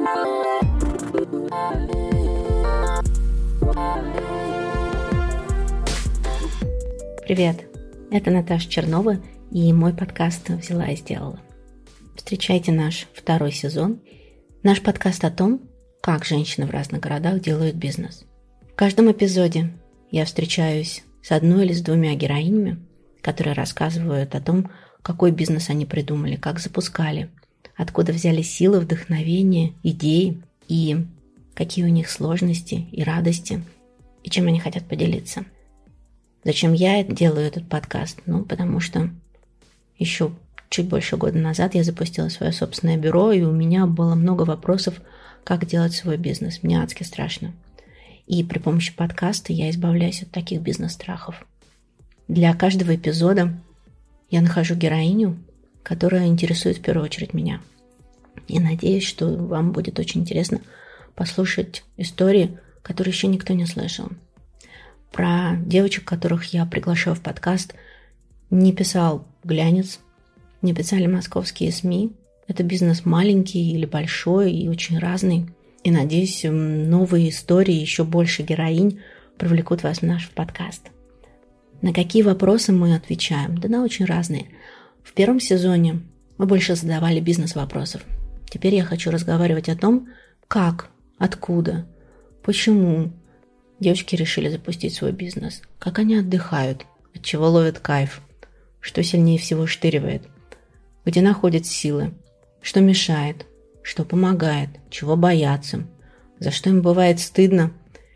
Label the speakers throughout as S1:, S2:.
S1: Привет, это Наташа Чернова и мой подкаст «Взяла и сделала». Встречайте наш второй сезон. Наш подкаст о том, как женщины в разных городах делают бизнес. В каждом эпизоде я встречаюсь с одной или с двумя героинями, которые рассказывают о том, какой бизнес они придумали, как запускали, откуда взяли силы, вдохновение, идеи и какие у них сложности и радости, и чем они хотят поделиться. Зачем я делаю этот подкаст? Потому что еще чуть больше года назад я запустила свое собственное бюро, и у меня было много вопросов, как делать свой бизнес. Мне адски страшно. И при помощи подкаста я избавляюсь от таких бизнес-страхов. Для каждого эпизода я нахожу героиню, которая интересует в первую очередь меня. И надеюсь, что вам будет очень интересно послушать истории, которые еще никто не слышал. Про девочек, которых я приглашаю в подкаст, не писал глянец, не писали московские СМИ. Это бизнес маленький или большой и очень разный. И, надеюсь, новые истории, еще больше героинь привлекут вас в наш подкаст. На какие вопросы мы отвечаем? Да на очень разные. В первом сезоне мы больше задавали бизнес-вопросов. Теперь я хочу разговаривать о том, как, откуда, почему девочки решили запустить свой бизнес, как они отдыхают, от чего ловят кайф, что сильнее всего штыривает, где находят силы, что мешает, что помогает, чего боятся, за что им бывает стыдно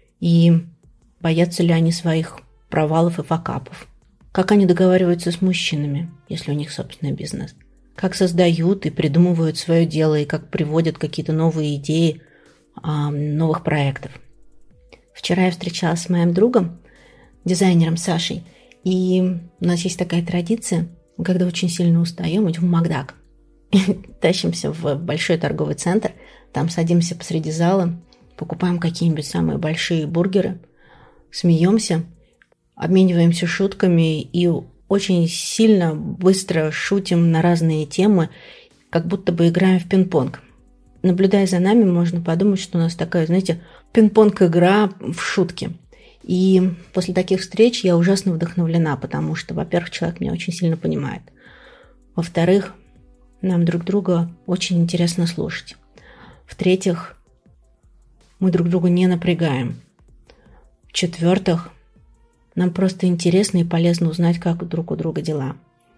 S1: и боятся ли они своих провалов и факапов, как они договариваются с мужчинами, если у них собственный бизнес, как создают и придумывают свое дело и как приводят какие-то новые идеи новых проектов. Вчера я встречалась с моим другом, дизайнером Сашей, и у нас есть такая традиция, когда очень сильно устаем, идем в Макдак. Тащимся в большой торговый центр, там садимся посреди зала, покупаем какие-нибудь самые большие бургеры, смеемся, обмениваемся шутками и очень сильно быстро шутим на разные темы, как будто бы играем в пинг-понг. Наблюдая за нами, можно подумать, что у нас такая, пинг-понг-игра в шутки. И после таких встреч я ужасно вдохновлена, потому что, во-первых, человек меня очень сильно понимает. Во-вторых, нам друг друга очень интересно слушать. В-третьих, мы друг друга не напрягаем. В-четвертых, нам просто интересно и полезно узнать, как друг у друга дела.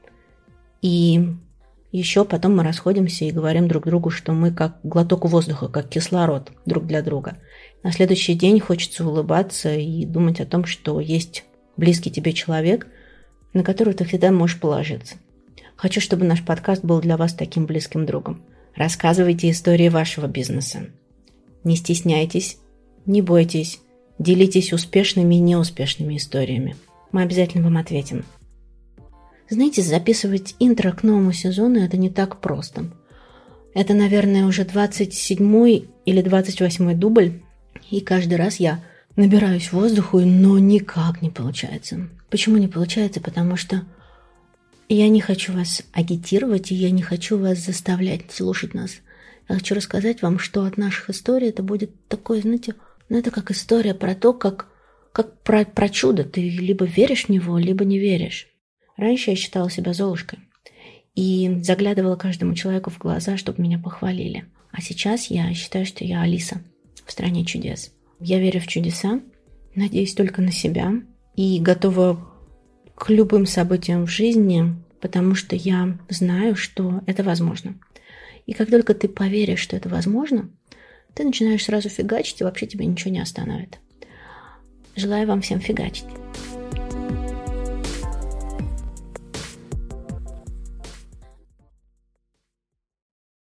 S1: И еще потом мы расходимся и говорим друг другу, что мы как глоток воздуха, как кислород друг для друга. На следующий день хочется улыбаться и думать о том, что есть близкий тебе человек, на которого ты всегда можешь положиться. Хочу, чтобы наш подкаст был для вас таким близким другом. Рассказывайте истории вашего бизнеса. Не стесняйтесь, не бойтесь, делитесь успешными и неуспешными историями. Мы обязательно вам ответим. Знаете, записывать интро к новому сезону – это не так просто. Это, наверное, уже 27-й или 28-й дубль, и каждый раз я набираюсь воздуху, но никак не получается. Почему не получается? Потому что я не хочу вас агитировать, и я не хочу вас заставлять слушать нас. Я хочу рассказать вам, что от наших историй это будет такое, это как история про то, как про чудо. Ты либо веришь в него, либо не веришь. Раньше я считала себя Золушкой и заглядывала каждому человеку в глаза, чтобы меня похвалили. А сейчас я считаю, что я Алиса в стране чудес. Я верю в чудеса, надеюсь только на себя и готова к любым событиям в жизни, потому что я знаю, что это возможно. И как только ты поверишь, что это возможно, ты начинаешь сразу фигачить, и вообще тебя ничего не остановит. Желаю вам всем фигачить.